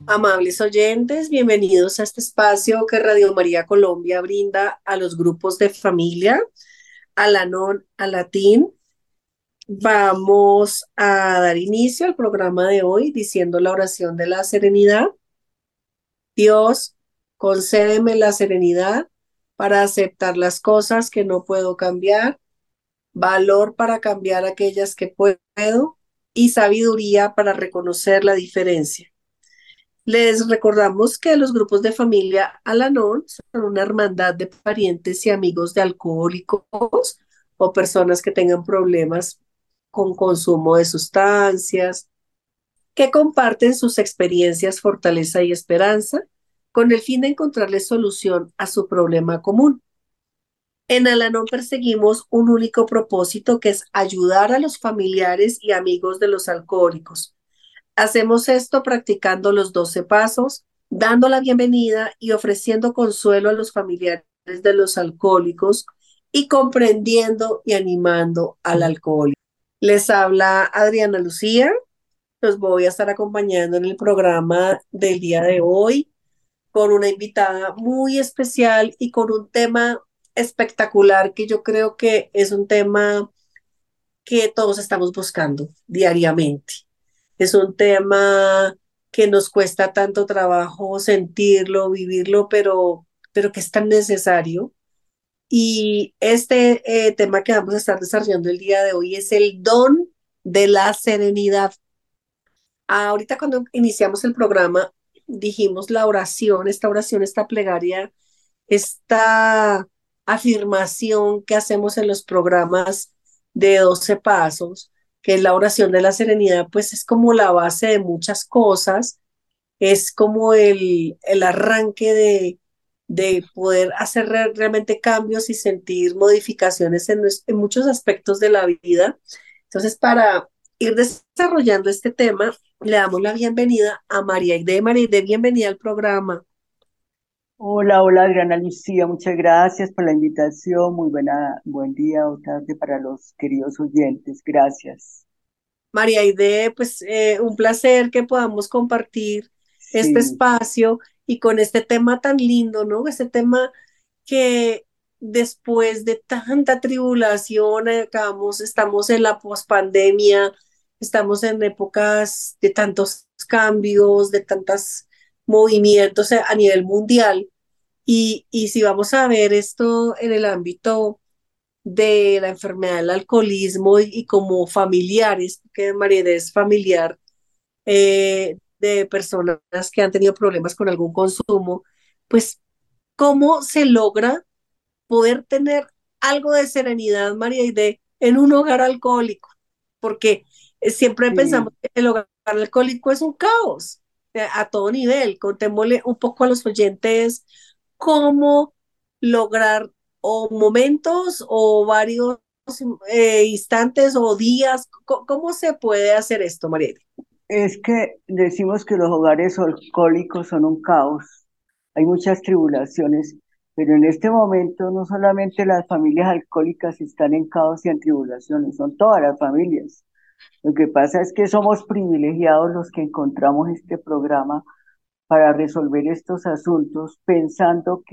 Amables oyentes, bienvenidos a este espacio que Radio María Colombia brinda a los grupos de familia, a la NON, a Latín. Vamos a dar inicio al programa de hoy diciendo la oración de la serenidad. Dios, concédeme la serenidad para aceptar las cosas que no puedo cambiar, valor para cambiar aquellas que puedo y sabiduría para reconocer la diferencia. Les recordamos que los grupos de familia Al-Anon son una hermandad de parientes y amigos de alcohólicos o personas que tengan problemas con consumo de sustancias, que comparten sus experiencias, fortaleza y esperanza con el fin de encontrarles solución a su problema común. En Al-Anon perseguimos un único propósito que es ayudar a los familiares y amigos de los alcohólicos. Hacemos esto practicando los 12 pasos, dando la bienvenida y ofreciendo consuelo a los familiares de los alcohólicos y comprendiendo y animando al alcohólico. Les habla Adriana Lucía. Los voy a estar acompañando en el programa del día de hoy con una invitada muy especial y con un tema espectacular que yo creo que es un tema que todos estamos buscando diariamente. Es un tema que nos cuesta tanto trabajo sentirlo, vivirlo, pero que es tan necesario. Y este tema que vamos a estar desarrollando el día de hoy es el don de la serenidad. Ahorita cuando iniciamos el programa dijimos la oración, esta plegaria, esta afirmación que hacemos en los programas de 12 pasos, que es la oración de la serenidad, pues es como la base de muchas cosas, es como el arranque de poder hacer realmente cambios y sentir modificaciones en muchos aspectos de la vida. Entonces, para ir desarrollando este tema, le damos la bienvenida a María Aide. María Aide, bienvenida al programa. Hola, hola Adriana Lucía, muchas gracias por la invitación. Buen día o tarde para los queridos oyentes. Gracias. María Aide, pues un placer que podamos compartir este Sí, espacio y con este tema tan lindo, ¿no? Este tema que después de tanta tribulación, estamos en la pospandemia, estamos en épocas de tantos cambios, de tantos movimientos a nivel mundial. Y si vamos a ver esto en el ámbito de la enfermedad del alcoholismo y como familiares, que Mariela es familiar de personas que han tenido problemas con algún consumo, pues cómo se logra poder tener algo de serenidad, María, en un hogar alcohólico, porque siempre pensamos sí. que el hogar alcohólico es un caos a todo nivel. Contémosle un poco a los oyentes cómo lograr o momentos o varios instantes o días, ¿cómo se puede hacer esto, María? Es que decimos que los hogares alcohólicos son un caos. Hay muchas tribulaciones, pero en este momento no solamente las familias alcohólicas están en caos y en tribulaciones, son todas las familias. Lo que pasa es que somos privilegiados los que encontramos este programa para resolver estos asuntos pensando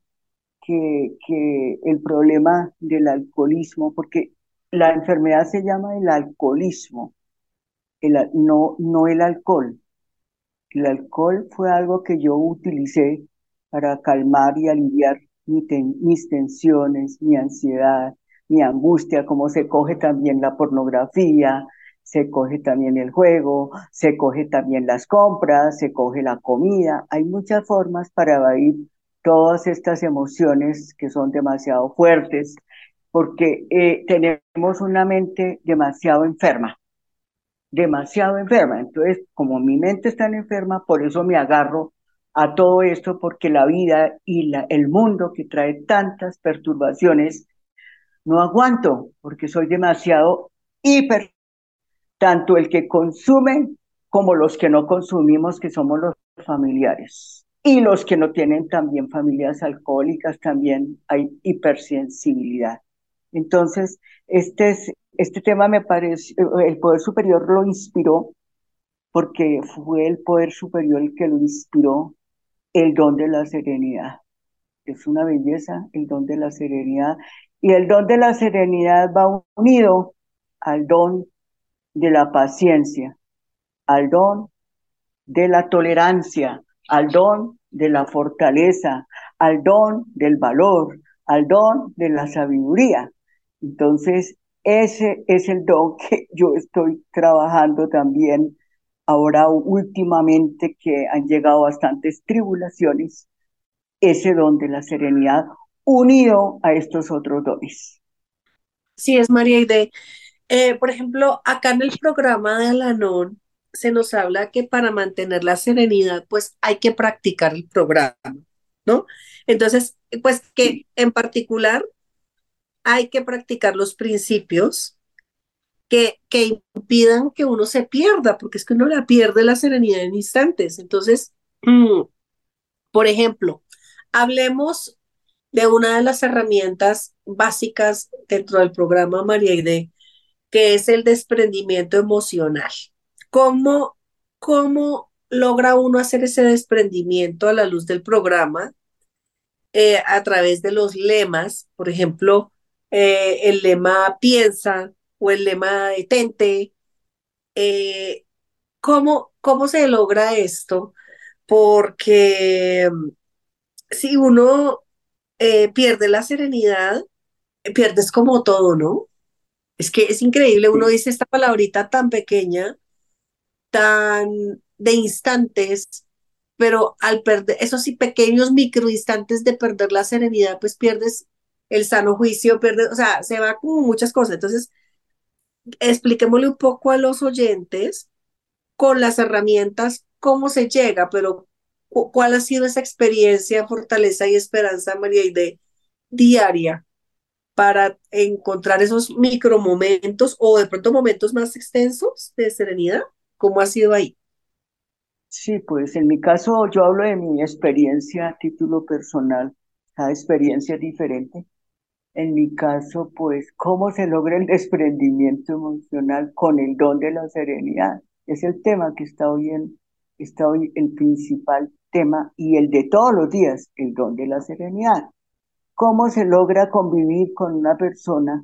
que el problema del alcoholismo, porque la enfermedad se llama el alcoholismo, no el alcohol. El alcohol fue algo que yo utilicé para calmar y aliviar mis tensiones, mi ansiedad, mi angustia, como se coge también la pornografía, se coge también el juego, se coge también las compras, se coge la comida. Hay muchas formas para evadir todas estas emociones que son demasiado fuertes, porque tenemos una mente demasiado enferma. Entonces, como mi mente está enferma, por eso me agarro a todo esto, porque la vida y el mundo que trae tantas perturbaciones, no aguanto, porque soy demasiado hiper, tanto el que consume como los que no consumimos, que somos los familiares. Y los que no tienen también familias alcohólicas, también hay hipersensibilidad. Entonces, este tema me parece, el Poder Superior lo inspiró porque fue el poder superior el que lo inspiró, el don de la serenidad. Es una belleza el don de la serenidad. Y el don de la serenidad va unido al don de la paciencia, al don de la tolerancia, al don de la fortaleza, al don del valor, al don de la sabiduría. Entonces, ese es el don que yo estoy trabajando también ahora últimamente que han llegado bastantes tribulaciones, ese don de la serenidad unido a estos otros dones. Sí, es María Aide. Por ejemplo, acá en el programa de Alanón se nos habla que para mantener la serenidad, pues hay que practicar el programa, ¿no? Entonces, pues que en particular hay que practicar los principios que impidan que uno se pierda, porque es que uno la pierde la serenidad en instantes. Entonces, por ejemplo, hablemos de una de las herramientas básicas dentro del programa María Aide, que es el desprendimiento emocional. ¿Cómo, cómo logra uno hacer ese desprendimiento a la luz del programa a través de los lemas? Por ejemplo, el lema piensa o el lema detente. Eh, ¿Cómo se logra esto? Porque si uno pierde la serenidad, pierdes como todo, ¿no? Es que es increíble, uno Sí, dice esta palabrita tan pequeña, tan de instantes, pero al perder esos sí pequeños microinstantes de perder la serenidad, pues pierdes el sano juicio, pierdes, o sea, se va como muchas cosas. Entonces, expliquémosle un poco a los oyentes con las herramientas cómo se llega, pero cuál ha sido esa experiencia, fortaleza y esperanza, María, y de diaria para encontrar esos micromomentos o de pronto momentos más extensos de serenidad. ¿Cómo ha sido ahí? sí, pues en mi caso yo hablo de mi experiencia a título personal, cada experiencia es diferente. En mi caso, pues, ¿cómo se logra el desprendimiento emocional con el don de la serenidad? Es el tema que está hoy el principal tema y el de todos los días, el don de la serenidad. ¿Cómo se logra convivir con una persona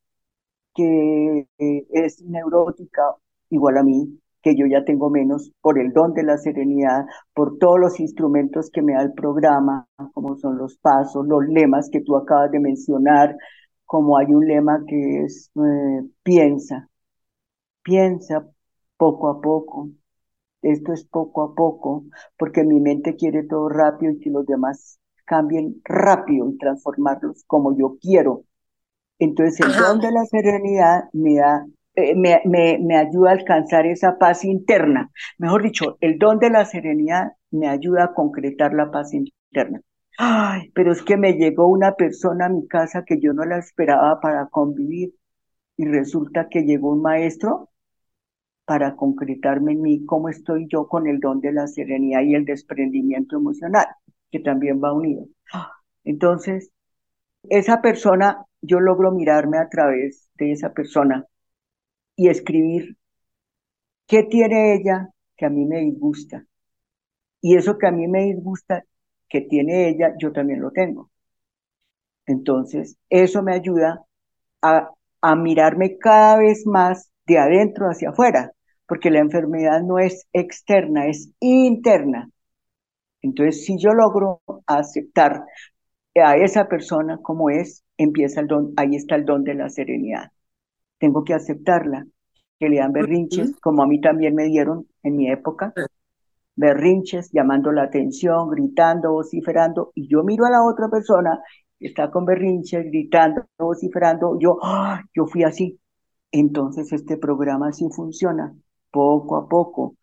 que es neurótica igual a mí, que yo ya tengo menos, por el don de la serenidad, por todos los instrumentos que me da el programa, como son los pasos, los lemas que tú acabas de mencionar, como hay un lema que es piensa, piensa poco a poco. Esto es poco a poco, porque mi mente quiere todo rápido y que los demás cambien rápido y transformarlos como yo quiero. Entonces el Ajá, don de la serenidad me da, me ayuda a alcanzar esa paz interna. Mejor dicho, el don de la serenidad me ayuda a concretar la paz interna. Ay, pero es que me llegó una persona a mi casa que yo no la esperaba para convivir y resulta que llegó un maestro para concretarme en mí cómo estoy yo con el don de la serenidad y el desprendimiento emocional, que también va unido. Entonces, esa persona, yo logro mirarme a través de esa persona y escribir qué tiene ella que a mí me disgusta. Y eso que a mí me disgusta que tiene ella, yo también lo tengo. Entonces, eso me ayuda a, a mirarme cada vez más de adentro hacia afuera, porque la enfermedad no es externa, es interna. Entonces, si yo logro aceptar a esa persona como es, empieza el don, ahí está el don de la serenidad. Tengo que aceptarla, que le dan berrinches, ujú, como a mí también me dieron en mi época, berrinches, llamando la atención, gritando, vociferando, y yo miro a la otra persona que está con berrinches, gritando, vociferando, yo, ¡ah! Yo fui así. Entonces este programa sí funciona, poco a poco,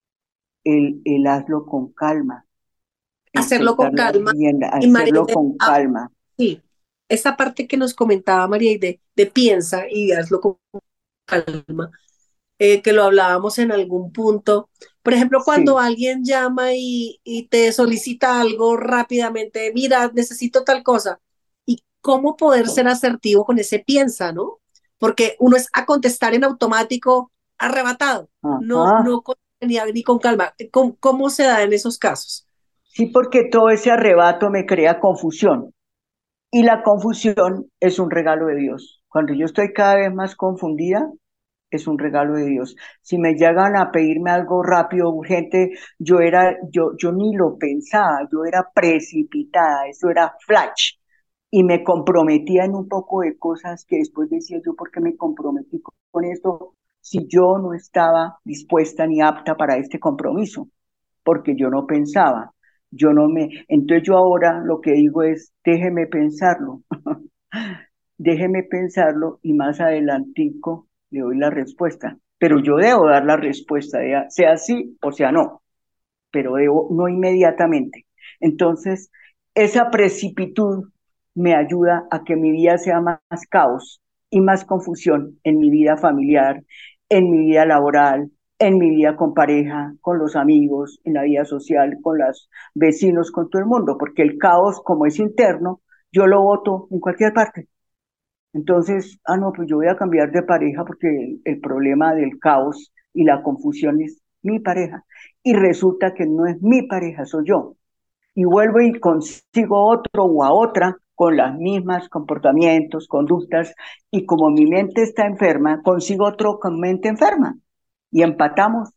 el hazlo con calma, el hacerlo con soltar la calma. rienda, Y María, hacerlo con calma. sí, esta parte que nos comentaba María de piensa y hazlo con calma, que lo hablábamos en algún punto. Por ejemplo, cuando Sí, alguien llama y te solicita algo rápidamente, mira, necesito tal cosa, y cómo poder ser asertivo con ese piensa, ¿no? Porque uno es a contestar en automático, arrebatado, no, ajá, no. Vení con calma. ¿Cómo se da en esos casos? Sí, porque todo ese arrebato me crea confusión. Y la confusión es un regalo de Dios. Cuando yo estoy cada vez más confundida, es un regalo de Dios. Si me llegan a pedirme algo rápido, urgente, yo ni lo pensaba, yo era precipitada, eso era flash. Y me comprometía en un poco de cosas que después decía yo, ¿por qué me comprometí con esto si yo no estaba dispuesta ni apta para este compromiso? Porque yo no pensaba, yo no me... Entonces yo ahora lo que digo es, déjeme pensarlo, déjeme pensarlo y más adelantico le doy la respuesta. Pero yo debo dar la respuesta, sea sí o sea no, pero debo no inmediatamente. Entonces, esa precipitud me ayuda a que mi vida sea más caos y más confusión en mi vida familiar, en mi vida laboral, en mi vida con pareja, con los amigos, en la vida social, con los vecinos, con todo el mundo, porque el caos, como es interno, yo lo voto en cualquier parte. Entonces, no, pues yo voy a cambiar de pareja porque el problema del caos y la confusión es mi pareja. Y resulta que no es mi pareja, soy yo. Y vuelvo y consigo otro o a otra con las mismas comportamientos, conductas, y como mi mente está enferma, consigo otro con mente enferma. Y empatamos,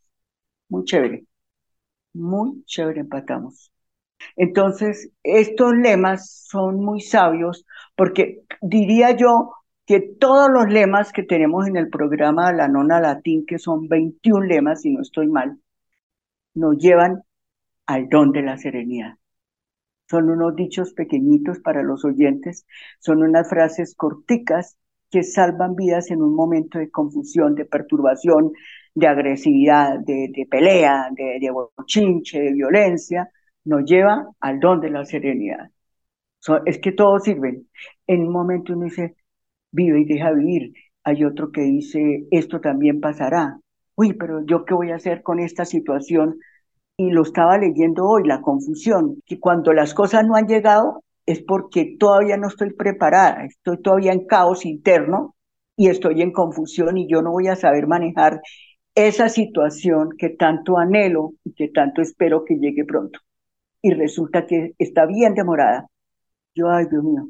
muy chévere empatamos. Entonces, estos lemas son muy sabios porque diría yo que todos los lemas que tenemos en el programa La Nona Latín, que son 21 lemas, si no estoy mal, nos llevan al don de la serenidad. Son unos dichos pequeñitos para los oyentes, son unas frases corticas que salvan vidas en un momento de confusión, de perturbación, de agresividad, de pelea, de bochinche, de violencia, nos lleva al don de la serenidad. Es que todos sirven. En un momento uno dice, vive y deja vivir. Hay otro que dice, esto también pasará. Uy, pero yo qué voy a hacer con esta situación, y lo estaba leyendo hoy, la confusión, que cuando las cosas no han llegado es porque todavía no estoy preparada, estoy todavía en caos interno y estoy en confusión y yo no voy a saber manejar esa situación que tanto anhelo y que tanto espero que llegue pronto. Y resulta que está bien demorada. Yo, ay, Dios mío,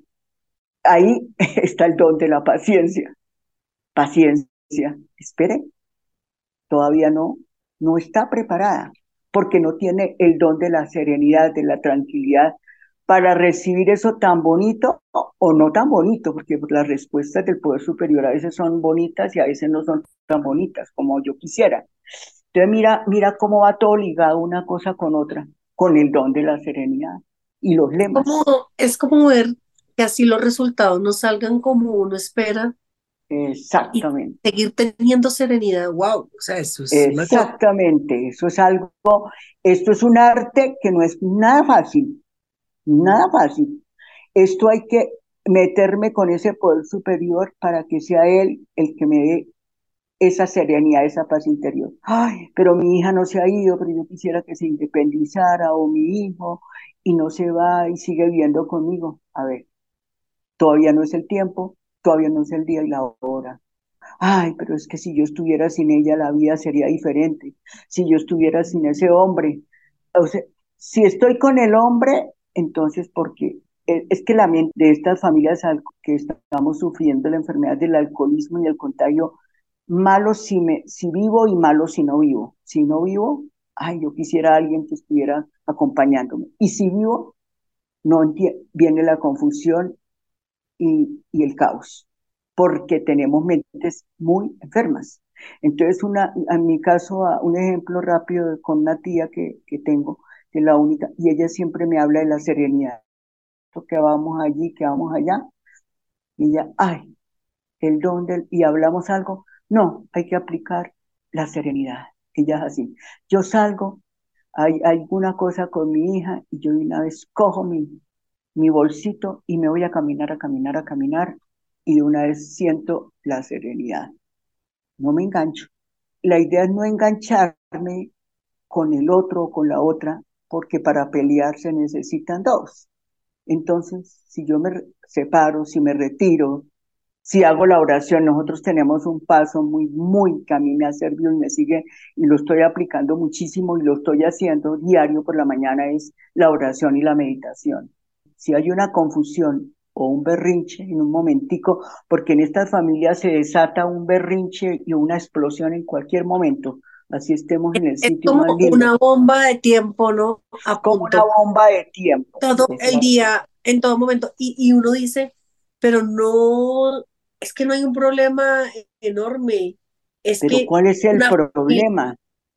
ahí está el don de la paciencia. Paciencia, espere, todavía no está preparada, porque no tiene el don de la serenidad, de la tranquilidad, para recibir eso tan bonito o no tan bonito, porque las respuestas del poder superior a veces son bonitas y a veces no son tan bonitas como yo quisiera. Entonces mira cómo va todo ligado una cosa con otra, con el don de la serenidad y los Como, lemas. es como ver que así los resultados no salgan como uno espera y Exactamente. seguir teniendo serenidad. Wow, o sea, eso es una cosa. Exactamente, eso es algo, esto es un arte que no es nada fácil, nada fácil. Esto hay que meterme con ese poder superior para que sea él el que me dé esa serenidad, esa paz interior. Ay, pero mi hija no se ha ido, pero yo quisiera que se independizara, o mi hijo, y no se va y sigue viviendo conmigo. A ver, todavía no es el tiempo, todavía no es el día y la hora. Ay, pero es que si yo estuviera sin ella, la vida sería diferente. Si yo estuviera sin ese hombre, o sea, si estoy con el hombre, entonces, porque es que la mente de estas familias que estamos sufriendo la enfermedad del alcoholismo y el contagio, malo si vivo y malo si no vivo. Si no vivo, ay, yo quisiera a alguien que estuviera acompañándome. Y si vivo, no viene la confusión y el caos, porque tenemos mentes muy enfermas. Entonces, en mi caso, un ejemplo rápido con una tía que tengo, que es la única, y ella siempre me habla de la serenidad, que vamos allí, que vamos allá, y ella, ay, el don del, y hablamos algo, no, hay que aplicar la serenidad. Ella es así. Yo salgo, hay alguna cosa con mi hija, y yo de una vez cojo mi bolsito y me voy a caminar, a caminar, a caminar, y de una vez siento la serenidad. No me engancho. La idea es no engancharme con el otro o con la otra, porque para pelear se necesitan dos. Entonces, si yo me separo, si me retiro, Si hago la oración, nosotros tenemos un paso muy que a mí me ha servido y me sigue y lo estoy aplicando muchísimo y lo estoy haciendo diario por la mañana, es la oración y la meditación. Si hay una confusión o un berrinche en un momentico, porque en estas familias se desata un berrinche y una explosión en cualquier momento, así estemos en el Es sitio como más lindo, una bomba de tiempo, ¿no? es A como una punto bomba de tiempo. todo el Exacto. día, en todo momento. Y uno dice, pero no, es que no hay un problema enorme. Es Pero que ¿cuál es el una familia, problema?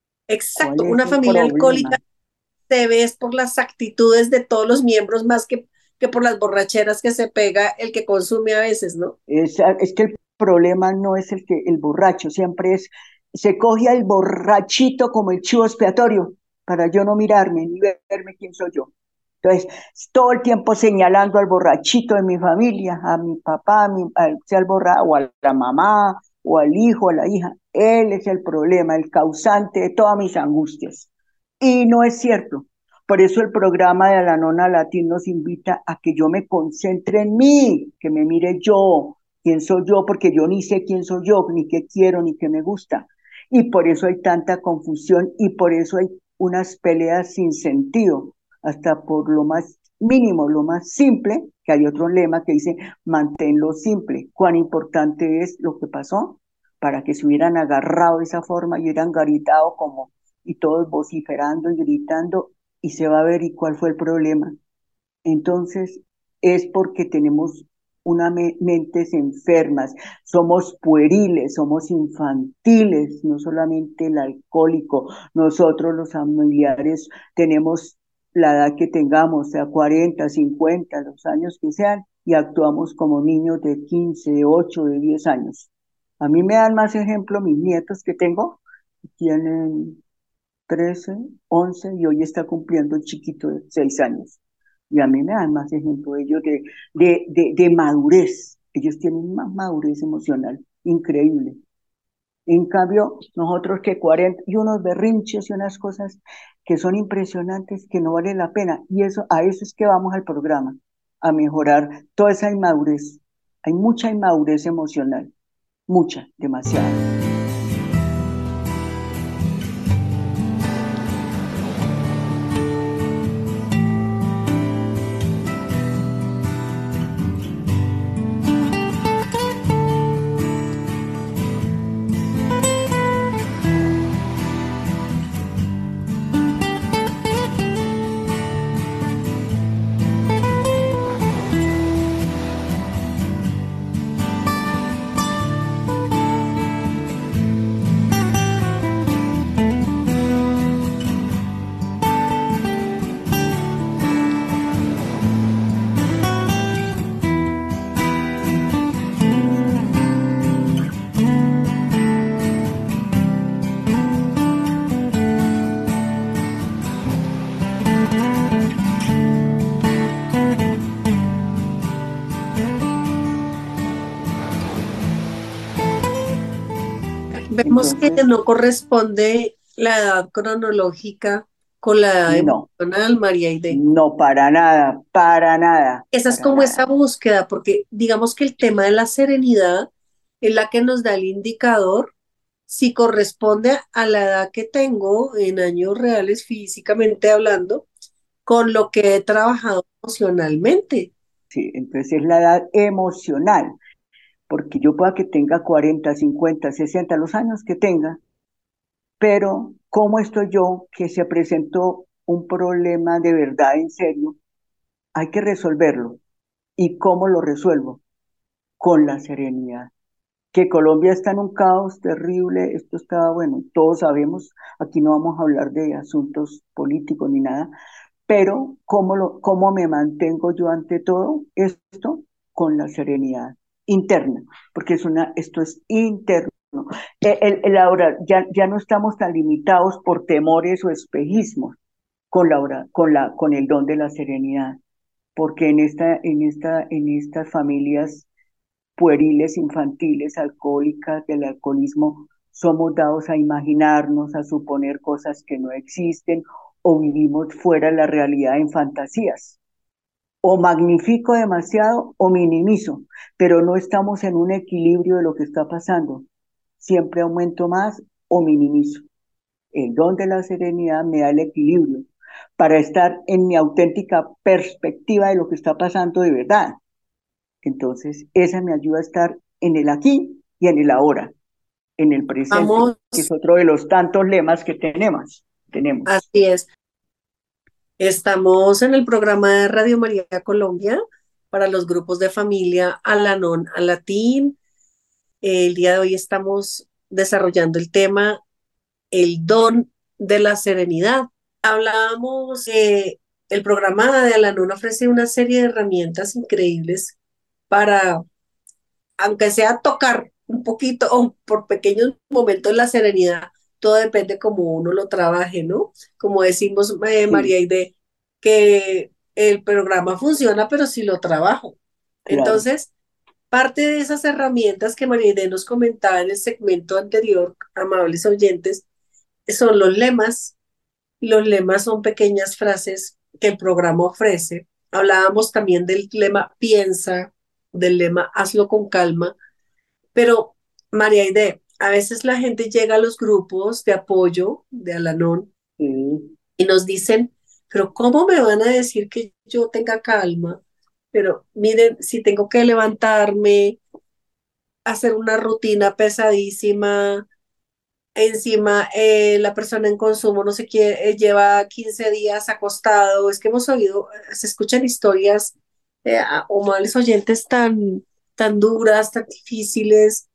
¿Cuál exacto, es una el familia alcohólica problema? se ve es por las actitudes de todos los miembros más que por las borracheras que se pega el que consume a veces, ¿no? Es que el problema no es el que el borracho, siempre es, se coge al borrachito como el chivo expiatorio para yo no mirarme ni verme quién soy yo. Entonces, todo el tiempo señalando al borrachito de mi familia, a mi papá, sea el borracho, o a la mamá, o al hijo, a la hija. Él es el problema, el causante de todas mis angustias. Y no es cierto. Por eso el programa de la Nona Latín nos invita a que yo me concentre en mí, que me mire yo, quién soy yo, porque yo ni sé quién soy yo, ni qué quiero, ni qué me gusta. Y por eso hay tanta confusión y por eso hay unas peleas sin sentido, hasta por lo más mínimo, lo más simple, que hay otro lema que dice, manténlo simple. Cuán importante es lo que pasó para que se hubieran agarrado de esa forma y hubieran gritado como y todos vociferando y gritando y se va a ver y cuál fue el problema. Entonces, es porque tenemos una mentes enfermas, somos pueriles, somos infantiles, no solamente el alcohólico, nosotros los familiares tenemos la edad que tengamos, sea 40, 50, los años que sean, y actuamos como niños de 15, de 8, de 10 años. A mí me dan más ejemplo mis nietos que tengo, tienen 13, 11 y hoy está cumpliendo el chiquito de 6 años. Y a mí me dan más ejemplo de ellos de madurez. Ellos tienen más madurez emocional, increíble. En cambio, nosotros que 40 y unos berrinches y unas cosas que son impresionantes que no vale la pena. Y eso, a eso es que vamos al programa, a mejorar toda esa inmadurez. Hay mucha inmadurez emocional, mucha, demasiada. Vemos que Entonces, no corresponde la edad cronológica con la edad no. emocional, María Aide. No, para nada, para nada, Esa es para como esa nada. búsqueda, porque digamos que el tema de la serenidad es la que nos da el indicador si corresponde a la edad que tengo en años reales, físicamente hablando, con lo que he trabajado emocionalmente. Sí, entonces es la edad emocional, porque yo pueda que tenga 40, 50, 60, los años que tenga, pero ¿cómo estoy yo que se presentó un problema de verdad en serio? Hay que resolverlo. ¿Y cómo lo resuelvo? Con la serenidad. Que Colombia está en un caos terrible, esto está, bueno, todos sabemos, aquí no vamos a hablar de asuntos políticos ni nada, pero ¿cómo me mantengo yo ante todo esto? Con la serenidad interna, porque esto es interno. Ahora, ya no estamos tan limitados por temores o espejismos con el don de la serenidad, porque en estas familias pueriles, infantiles, alcohólicas, del alcoholismo, somos dados a imaginarnos, a suponer cosas que no existen o vivimos fuera de la realidad en fantasías o magnifico demasiado o minimizo, pero no estamos en un equilibrio de lo que está pasando. Siempre aumento más o minimizo. El don de la serenidad me da el equilibrio para estar en mi auténtica perspectiva de lo que está pasando de verdad. Entonces, esa me ayuda a estar en el aquí y en el ahora, en el presente, Vamos, que es otro de los tantos lemas que tenemos. así es. Estamos en el programa de Radio María Colombia para los grupos de familia Alanon Alatín. El día de hoy estamos desarrollando el tema el don de la serenidad. Hablábamos que el programa de Alanon ofrece una serie de herramientas increíbles para, aunque sea tocar un poquito o por pequeños momentos la serenidad, todo depende cómo uno lo trabaje, ¿no? Como decimos, Sí, María Aide, que el programa funciona, pero si lo trabajo. claro. Entonces, parte de esas herramientas que María Aide nos comentaba en el segmento anterior, amables oyentes, son los lemas. Los lemas son pequeñas frases que el programa ofrece. Hablábamos también del lema piensa, del lema hazlo con calma, pero María Aide, a veces la gente llega a los grupos de apoyo de Alanón Sí, y nos dicen, pero ¿cómo me van a decir que yo tenga calma? Pero miren, si tengo que levantarme, hacer una rutina pesadísima, encima la persona en consumo no sé qué, lleva 15 días acostado, es que hemos oído, se escuchan historias o males oyentes tan duras, tan difíciles,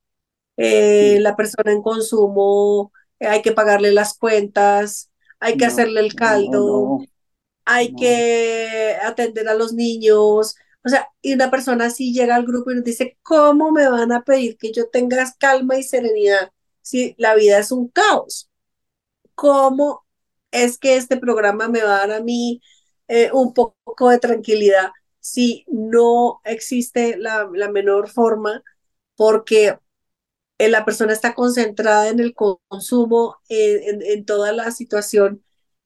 sí. la persona en consumo, hay que pagarle las cuentas, hay que No, hacerle el no, caldo, no, hay no. que atender a los niños. O sea, y una persona así llega al grupo y nos dice, ¿cómo me van a pedir que yo tenga calma y serenidad si la vida es un caos? ¿Cómo es que este programa me va a dar a mí un poco de tranquilidad si no existe la menor forma? Porque la persona está concentrada en el consumo, en toda la situación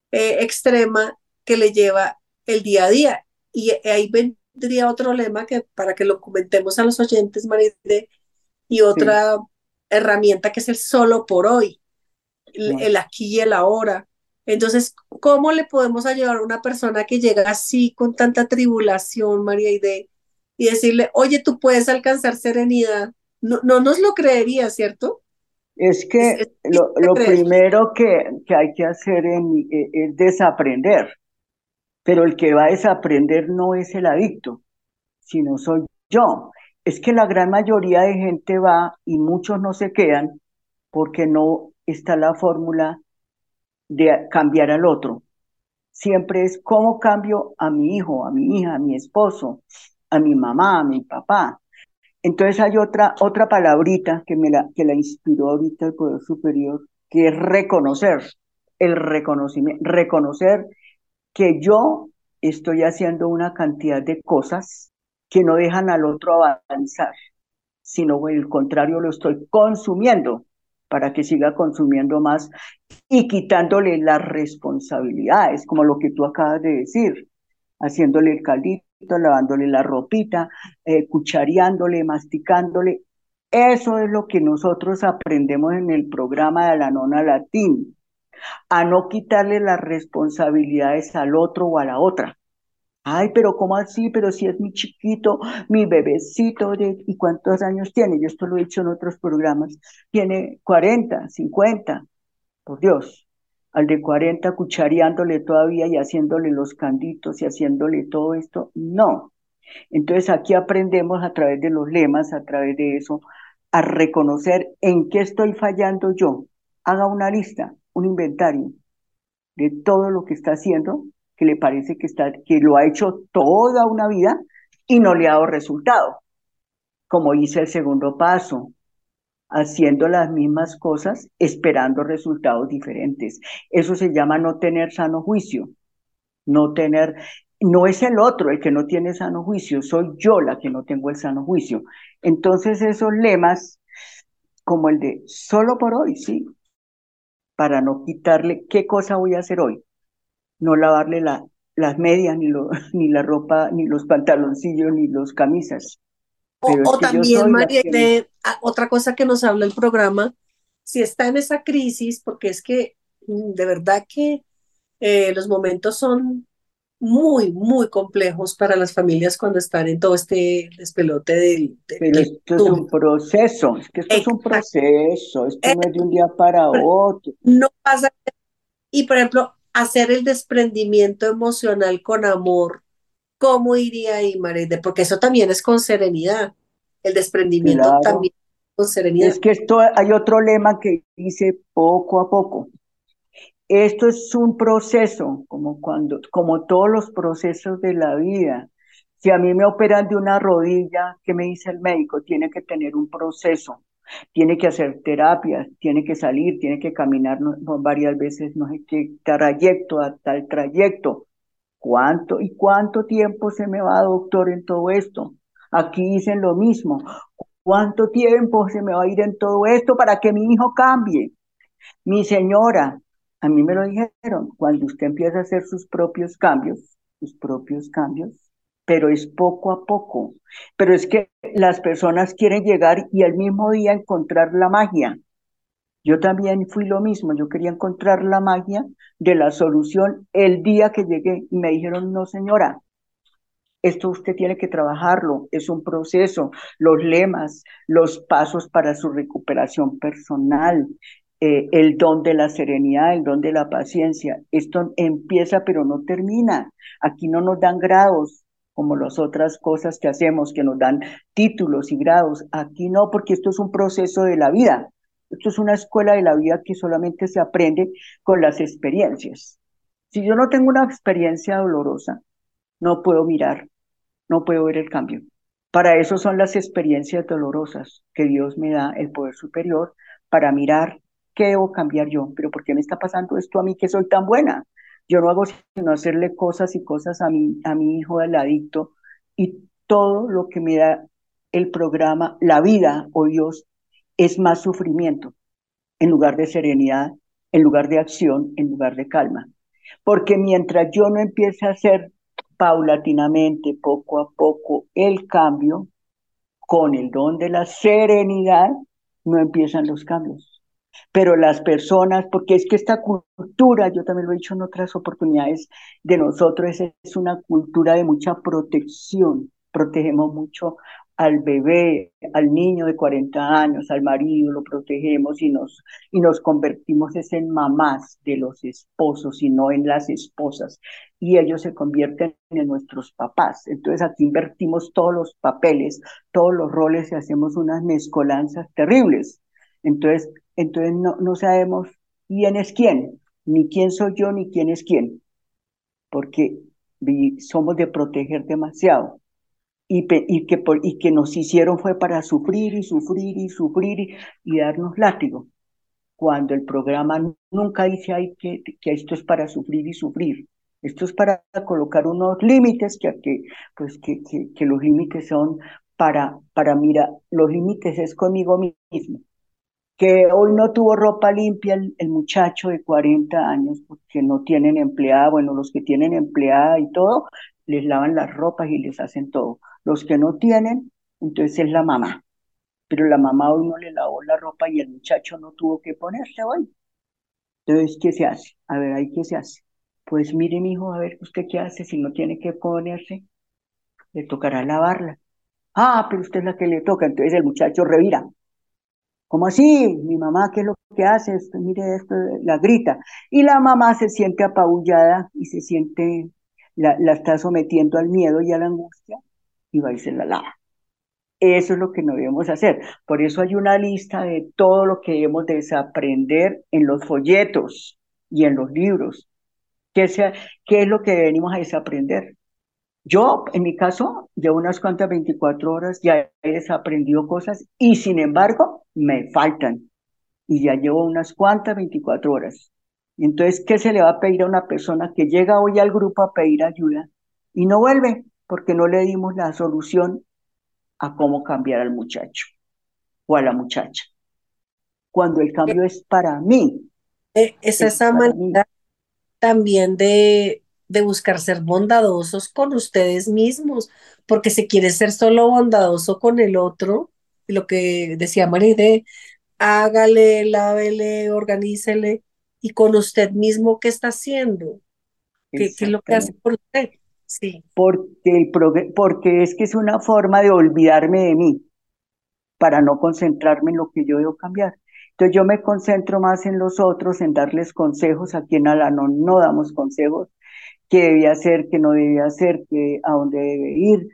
extrema que le lleva el día a día. Y ahí vendría otro lema que para que lo comentemos a los oyentes, Maride, y Sí, otra herramienta que es el solo por hoy, no. el aquí y el ahora. Entonces, ¿cómo le podemos ayudar a una persona que llega así con tanta tribulación, María Aide, y decirle, oye, tú puedes alcanzar serenidad? No, no nos lo creería, ¿cierto? Es Es que difícil de lo creer. primero que hay que hacer es desaprender, pero el que va a desaprender no es el adicto, sino soy yo. Es que la gran mayoría de gente va y muchos no se quedan porque no está la fórmula de cambiar al otro. Siempre es cómo cambio a mi hijo, a mi hija, a mi esposo, a mi mamá, a mi papá. Entonces hay otra palabrita que la inspiró ahorita el Poder Superior, que es reconocer, el reconocimiento, reconocer que yo estoy haciendo una cantidad de cosas que no dejan al otro avanzar, sino por el contrario lo estoy consumiendo para que siga consumiendo más y quitándole las responsabilidades, como lo que tú acabas de decir, haciéndole el caldito, lavándole la ropita, cuchareándole, masticándole. Eso es lo que nosotros aprendemos en el programa de Alanona Latín, a no quitarle las responsabilidades al otro o a la otra. Ay, pero ¿cómo así? Pero si es mi chiquito, mi bebecito, ¿y cuántos años tiene? Yo esto lo he dicho en otros programas. Tiene 40, 50, por Dios. Al de 40 cuchareándole todavía y haciéndole los canditos y haciéndole todo esto, no. Entonces aquí aprendemos a través de los lemas, a través de eso, a reconocer en qué estoy fallando yo. Haga una lista, un inventario de todo lo que está haciendo, que le parece que lo ha hecho toda una vida y no le ha dado resultado. Como hice el segundo paso, haciendo las mismas cosas, esperando resultados diferentes. Eso se llama no tener sano juicio, no tener, no es el otro el que no tiene sano juicio, soy yo la que no tengo el sano juicio. Entonces esos lemas, como el de solo por hoy, sí, para no quitarle, ¿qué cosa voy a hacer hoy? No lavarle las medias, ni la ropa, ni los pantaloncillos, ni los camisas. Pero es O que yo también, soy la María, que me... otra cosa que nos habla el programa, si está en esa crisis, porque es que de verdad que los momentos son muy, muy complejos para las familias cuando están en todo este despelote Pero del esto es un mundo. proceso, es que esto es un Exacto. proceso, esto no es de un día para otro. No pasa. Y por ejemplo, hacer el desprendimiento emocional con amor, ¿cómo iría ahí, Marede? Porque eso también es con serenidad. El desprendimiento Claro, también es con serenidad. es que esto hay otro lema que dice poco a poco. Esto es un proceso, como todos los procesos de la vida. Si a mí me operan de una rodilla, ¿qué me dice el médico? Tiene que tener un proceso, tiene que hacer terapias, tiene que salir, tiene que caminar varias veces, no sé qué trayecto, a tal trayecto. ¿Cuánto tiempo se me va, doctor, en todo esto? Aquí dicen lo mismo. ¿Cuánto tiempo se me va a ir en todo esto para que mi hijo cambie? Mi señora, a mí me lo dijeron, cuando usted empieza a hacer sus propios cambios, pero es poco a poco. Pero es que las personas quieren llegar y al mismo día encontrar la magia. Yo también fui lo mismo, yo quería encontrar la magia de la solución el día que llegué y me dijeron, no señora, esto usted tiene que trabajarlo, es un proceso, los lemas, los pasos para su recuperación personal, el don de la serenidad, el don de la paciencia. Esto empieza pero no termina. Aquí no nos dan grados como las otras cosas que hacemos, que nos dan títulos y grados. Aquí no, porque esto es un proceso de la vida. Esto es una escuela de la vida que solamente se aprende con las experiencias. Si yo no tengo una experiencia dolorosa, no puedo mirar, no puedo ver el cambio. Para eso son las experiencias dolorosas que Dios me da, el poder superior, para mirar qué debo cambiar yo. Pero ¿por qué me está pasando esto a mí que soy tan buena? Yo no hago sino hacerle cosas y cosas a mi hijo, al adicto, y todo lo que me da el programa, la vida o Dios, es más sufrimiento en lugar de serenidad, en lugar de acción, en lugar de calma. Porque mientras yo no empiece a hacer paulatinamente, poco a poco, el cambio, con el don de la serenidad, no empiezan los cambios. Pero las personas, porque es que esta cultura, yo también lo he dicho en otras oportunidades, de nosotros es una cultura de mucha protección. Protegemos mucho al bebé, al niño de 40 años, al marido, lo protegemos y nos convertimos es en mamás de los esposos y no en las esposas. Y ellos se convierten en nuestros papás. Entonces aquí invertimos todos los papeles, todos los roles y hacemos unas mezcolanzas terribles. Entonces no sabemos quién es quién, ni quién soy yo, ni quién es quién, porque somos de proteger demasiado y que nos hicieron fue para sufrir y sufrir y sufrir y darnos látigo, cuando el programa nunca dice ahí que esto es para sufrir y sufrir. Esto es para colocar unos límites que los límites son mira, los límites es conmigo mismo, que hoy no tuvo ropa limpia el muchacho de 40 años porque no tienen empleada, bueno, los que tienen empleada y todo, les lavan las ropas y les hacen todo. Los que no tienen, entonces es la mamá, pero la mamá hoy no le lavó la ropa y el muchacho no tuvo que ponerse hoy. Entonces, ¿qué se hace? A ver, ahí qué se hace. Pues mire, mi hijo, a ver, ¿usted qué hace? Si no tiene que ponerse, le tocará lavarla. Ah, pero usted es la que le toca, entonces el muchacho revira. ¿Cómo así? Mi mamá, ¿qué es lo que hace? Mire esto, la grita. Y la mamá se siente apabullada y la está sometiendo al miedo y a la angustia y va y se la lava. Eso es lo que no debemos hacer. Por eso hay una lista de todo lo que debemos desaprender en los folletos y en los libros. ¿Qué, sea, qué es lo que venimos a desaprender? Yo, en mi caso, llevo unas cuantas 24 horas, ya he desaprendido cosas y sin embargo me faltan y ya llevo unas cuantas 24 horas. Entonces, ¿qué se le va a pedir a una persona que llega hoy al grupo a pedir ayuda y no vuelve porque no le dimos la solución a cómo cambiar al muchacho o a la muchacha? Cuando el cambio es para mí, Es es esa para mí. manera también de buscar ser bondadosos con ustedes mismos, porque si quieres ser solo bondadoso con el otro, y lo que decía Maride, hágale, lávele, organícele, y con usted mismo, ¿qué está haciendo? ¿Qué es lo que hace exactamente. por usted? Sí, Porque es que es una forma de olvidarme de mí para no concentrarme en lo que yo debo cambiar. Entonces yo me concentro más en los otros, en darles consejos. Aquí en Alanon no damos consejos, qué debía hacer, qué no debía hacer, a dónde debe ir,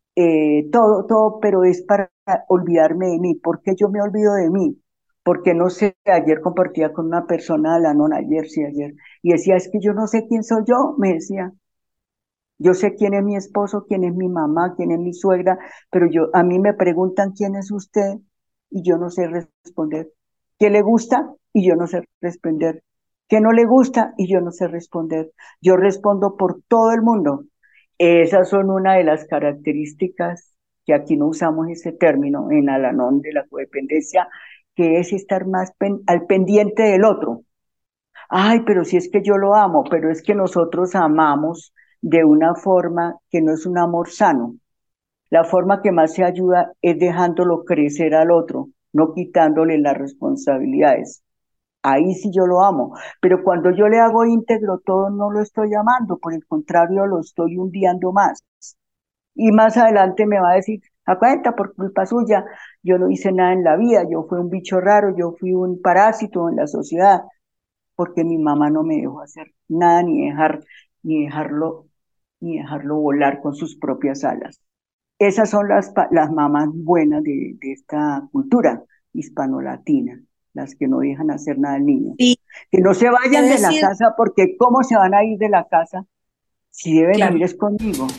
todo, pero es para olvidarme de mí. ¿Por qué yo me olvido de mí? Porque no sé, ayer compartía con una persona de Alanon, ayer, sí, ayer, y decía, es que yo no sé quién soy yo, me decía. Yo sé quién es mi esposo, quién es mi mamá, quién es mi suegra, pero a mí me preguntan quién es usted y yo no sé responder. ¿Qué le gusta? Y yo no sé responder. ¿Qué no le gusta? Y yo no sé responder. Yo respondo por todo el mundo. Esas son una de las características que aquí no usamos ese término en Alanón de la codependencia, que es estar más al pendiente del otro. Ay, pero si es que yo lo amo, pero es que nosotros amamos de una forma que no es un amor sano. La forma que más se ayuda es dejándolo crecer al otro, no quitándole las responsabilidades. Ahí sí yo lo amo, pero cuando yo le hago íntegro todo no lo estoy amando, por el contrario lo estoy hundiendo más. Y más adelante me va a decir, a cuenta, por culpa suya, yo no hice nada en la vida, yo fui un bicho raro, yo fui un parásito en la sociedad porque mi mamá no me dejó hacer nada ni dejarlo, ni dejarlo volar con sus propias alas. Esas son las mamás buenas de esta cultura hispano-latina, las que no dejan hacer nada al niño. sí, Que no se qué vayan de la decir, casa, porque ¿cómo se van a ir de la casa si deben claro. ir es conmigo?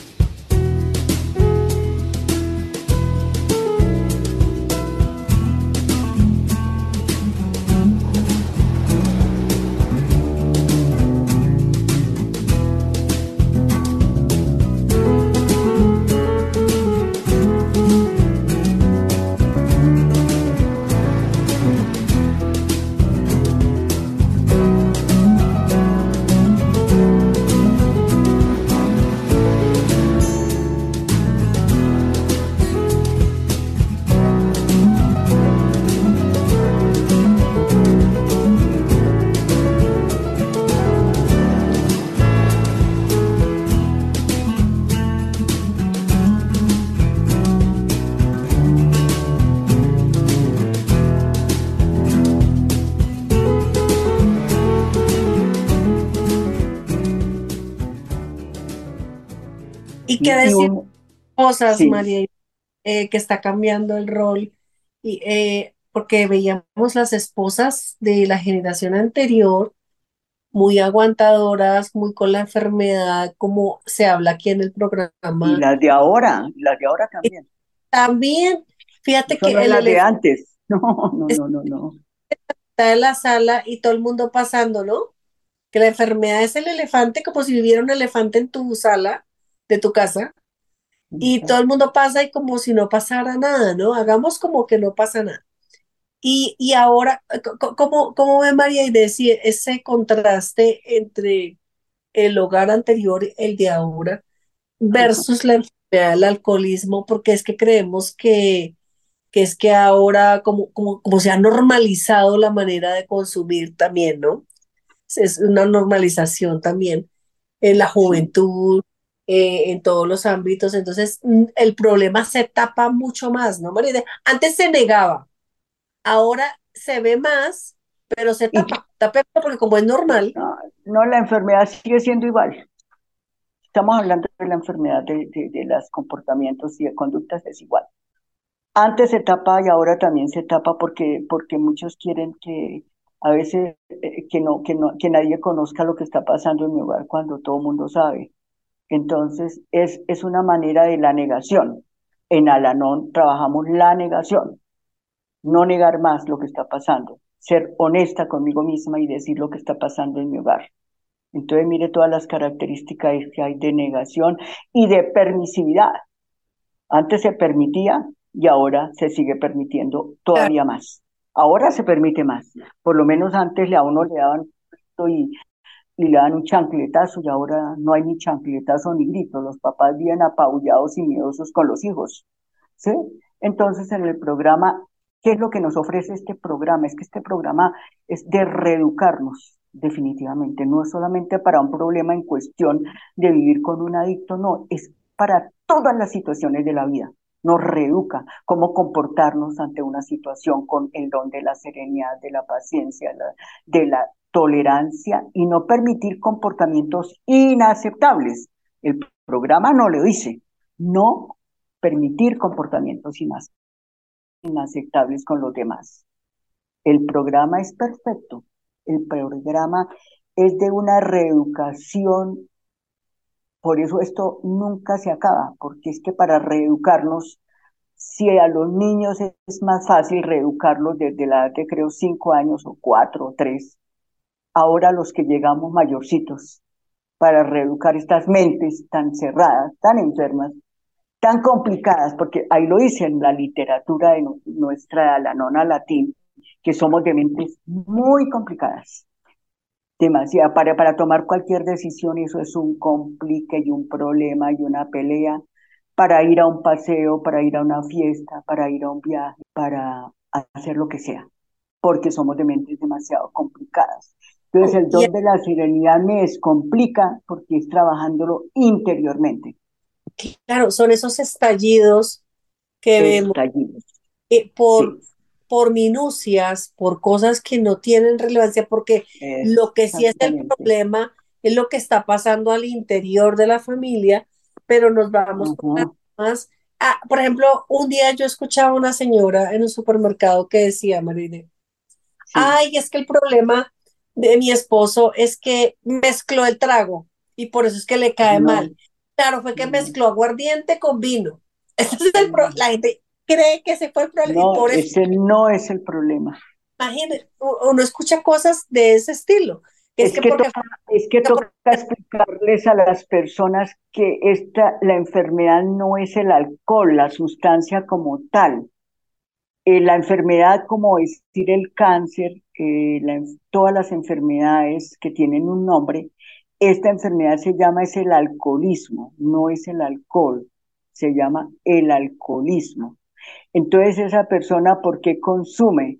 ¿Y qué Y decir cosas, sí, María, que está cambiando el rol? Porque veíamos las esposas de la generación anterior muy aguantadoras, muy con la enfermedad, como se habla aquí en el programa. y las de ahora Y también. también, fíjate Eso no que es el las de elefante antes. No, no, no, no, no. está en la sala y todo el mundo pasando, ¿no? Que la enfermedad es el elefante, como si viviera un elefante en tu sala de tu casa, y todo el mundo pasa y como si no pasara nada, ¿no? Hagamos como que no pasa nada. Y ahora, ¿cómo ve María y decir ese contraste entre el hogar anterior, el de ahora, versus la enfermedad del alcoholismo? Porque es que creemos que es que ahora como se ha normalizado la manera de consumir también, ¿no? Es una normalización también en la Sí. juventud, en todos los ámbitos. Entonces, el problema se tapa mucho más, ¿no, María? Antes se negaba, ahora se ve más, pero se Y tapa porque como es normal, no, no, la enfermedad sigue siendo igual. Estamos hablando de la enfermedad de los comportamientos y de conductas, es igual. Antes se tapa y ahora también se tapa porque muchos quieren que a veces que nadie conozca lo que está pasando en mi hogar cuando todo el mundo sabe. Entonces es una manera de la negación. En Alanón trabajamos la negación, no negar más lo que está pasando, ser honesta conmigo misma y decir lo que está pasando en mi hogar. Entonces mire todas las características que hay de negación y de permisividad. Antes se permitía y ahora se sigue permitiendo claro, todavía más. Ahora se permite más. Por lo menos antes a uno le daban y, y le dan un chancletazo y ahora no hay ni chancletazo ni grito, los papás vienen apabullados y miedosos con los hijos, ¿sí? Entonces en el programa, ¿qué es lo que nos ofrece este programa? Es que este programa es de reeducarnos, definitivamente, no es solamente para un problema en cuestión de vivir con un adicto, no, es para todas las situaciones de la vida. Nos reeduca cómo comportarnos ante una situación con el don de la serenidad, de la paciencia, de la tolerancia y no permitir comportamientos inaceptables. El programa no lo dice, no permitir comportamientos inaceptables con los demás. El programa es perfecto, el programa es de una reeducación, por eso esto nunca se acaba, porque es que para reeducarnos, si a los niños es más fácil reeducarlos desde la edad de creo 5 años o 4 o 3, ahora los que llegamos mayorcitos, para reeducar estas mentes tan cerradas, tan enfermas, tan complicadas, porque ahí lo dice en la literatura de nuestra, la nona latín, que somos de mentes muy complicadas, demasiado, para tomar cualquier decisión, eso es un complique y un problema y una pelea, para ir a un paseo, para ir a una fiesta, para ir a un viaje, para hacer lo que sea, porque somos de mentes demasiado complicadas. Entonces el Y don de la serenidad me descomplica porque es trabajándolo interiormente. claro, son esos estallidos que vemos Estallidos. eh, por, Sí, por minucias, por cosas que no tienen relevancia, porque lo que sí es el exactamente. problema es lo que está pasando al interior de la familia, pero nos vamos por las Ajá, ramas. Ah, por ejemplo, un día yo escuchaba a una señora en un supermercado que decía, Marine, sí. ay, es que el problema de mi esposo es que mezcló el trago y por eso es que le cae No, mal. Claro, fue que no, mezcló aguardiente con vino. Ese es no. la gente cree que ese fue el problema y No, por eso, ese no es el problema. imagínate, uno escucha cosas de ese estilo, que es Es que que porque toca, es que fue toca explicarles a las personas que la enfermedad no es el alcohol, la sustancia como tal. La enfermedad, como decir el cáncer, todas las enfermedades que tienen un nombre, esta enfermedad se llama es el alcoholismo, no es el alcohol, se llama el alcoholismo. Entonces, esa persona, ¿por qué consume?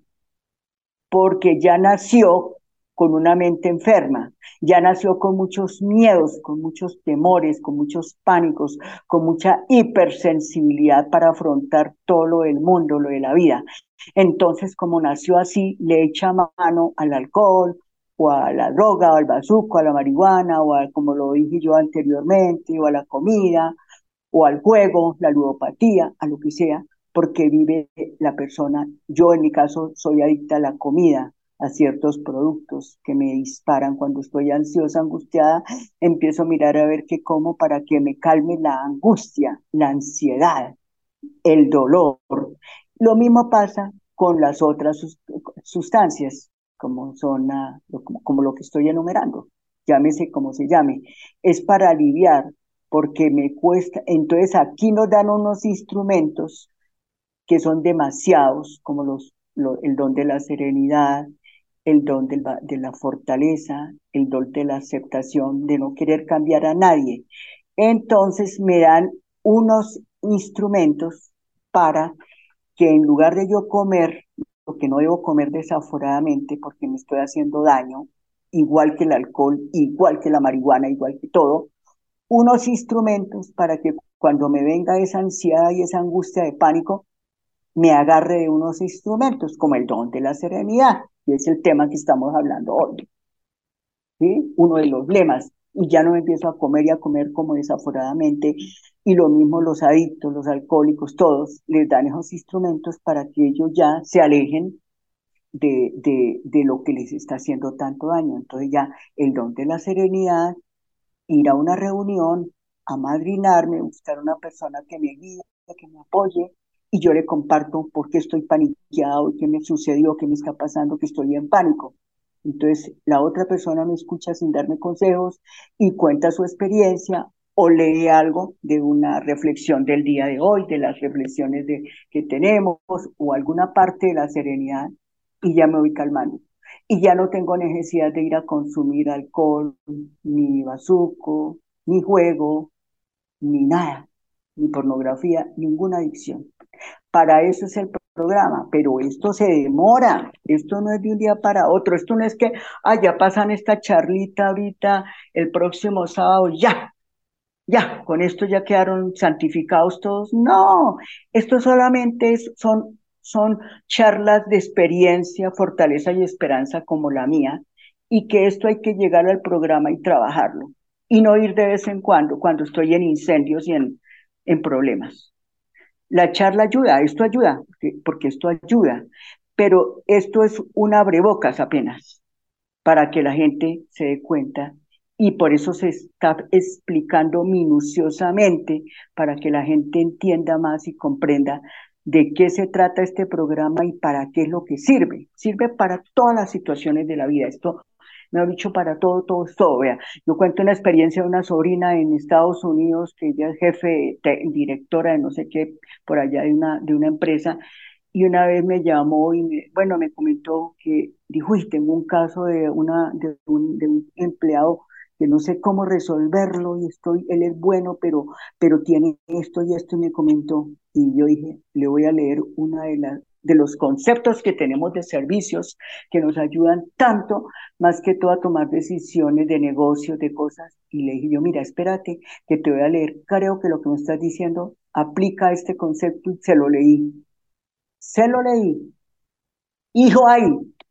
Porque ya nació con una mente enferma, ya nació con muchos miedos, con muchos temores, con muchos pánicos, con mucha hipersensibilidad para afrontar todo lo del mundo, lo de la vida. Entonces, como nació así, le echa mano al alcohol, o a la droga, o al bazuco, a la marihuana, o a, como lo dije yo anteriormente, o a la comida, o al juego, la ludopatía, a lo que sea, porque vive la persona. Yo en mi caso soy adicta a la comida, a ciertos productos que me disparan cuando estoy ansiosa, angustiada, empiezo a mirar a ver qué como para que me calme la angustia, la ansiedad, el dolor. Lo mismo pasa con las otras sustancias, como son como lo que estoy enumerando, llámese como se llame, es para aliviar, porque me cuesta. Entonces aquí nos dan unos instrumentos que son demasiados, como el don de la serenidad, el don de la fortaleza, el don de la aceptación, de no querer cambiar a nadie. Entonces me dan unos instrumentos para que en lugar de yo comer lo que no debo comer desaforadamente porque me estoy haciendo daño, igual que el alcohol, igual que la marihuana, igual que todo, unos instrumentos para que cuando me venga esa ansiedad y esa angustia de pánico, me agarre de unos instrumentos como el don de la serenidad, que es el tema que estamos hablando hoy, ¿sí? Uno de los lemas, y ya no empiezo a comer y a comer como desaforadamente, y lo mismo los adictos, los alcohólicos, todos les dan esos instrumentos para que ellos ya se alejen de lo que les está haciendo tanto daño. Entonces ya el don de la serenidad, ir a una reunión, amadrinarme, buscar una persona que me guíe, que me apoye, y yo le comparto por qué estoy paniqueado, qué me sucedió, qué me está pasando, que estoy en pánico. Entonces, la otra persona me escucha sin darme consejos y cuenta su experiencia o lee algo de una reflexión del día de hoy, de las reflexiones que tenemos o alguna parte de la serenidad y ya me voy calmando. y ya no tengo necesidad de ir a consumir alcohol, ni bazuco, ni juego, ni nada, ni pornografía, ninguna adicción. Para eso es el programa, pero esto se demora, esto no es de un día para otro, esto no es que, ya pasan esta charlita ahorita, el próximo sábado, ya, con esto ya quedaron santificados todos. No, esto solamente son charlas de experiencia, fortaleza y esperanza como la mía, y que esto hay que llegar al programa y trabajarlo, y no ir de vez en cuando estoy en incendios y en problemas. La charla ayuda, porque esto ayuda, pero esto es un abrebocas apenas para que la gente se dé cuenta y por eso se está explicando minuciosamente para que la gente entienda más y comprenda de qué se trata este programa y para qué es lo que sirve. Sirve para todas las situaciones de la vida. Esto me ha dicho para todo, todo, todo. Vea, yo cuento una experiencia de una sobrina en Estados Unidos, que ella es directora de no sé qué, por allá de una empresa, y una vez me llamó y bueno, me comentó que dijo, y tengo un caso de un empleado que no sé cómo resolverlo y él es bueno, pero tiene esto y esto y me comentó. Y yo dije, le voy a leer una de los conceptos que tenemos de servicios que nos ayudan tanto, más que todo a tomar decisiones de negocios, de cosas. Y le dije yo, mira, espérate, que te voy a leer. Creo que lo que me estás diciendo aplica este concepto y se lo leí. Se lo leí. Hijo ahí.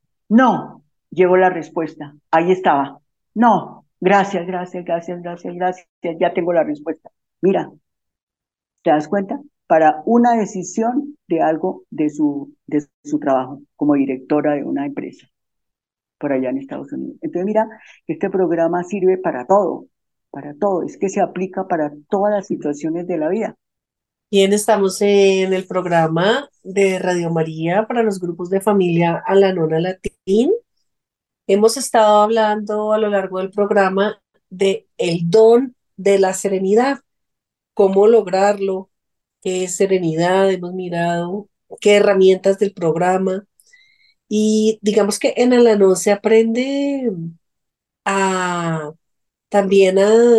No. Llegó la respuesta. Ahí estaba. No. Gracias, gracias, gracias, gracias, gracias. Ya tengo la respuesta. Mira, ¿te das cuenta? Para una decisión de algo de su trabajo como directora de una empresa por allá en Estados Unidos. Entonces, mira, este programa sirve para todo, para todo. Es que se aplica para todas las situaciones de la vida. Bien, estamos en el programa de Radio María para los grupos de familia a la nona latín. Hemos estado hablando a lo largo del programa de el don de la serenidad, cómo lograrlo, qué es serenidad, hemos mirado qué herramientas del programa y digamos que en Alanón se aprende a también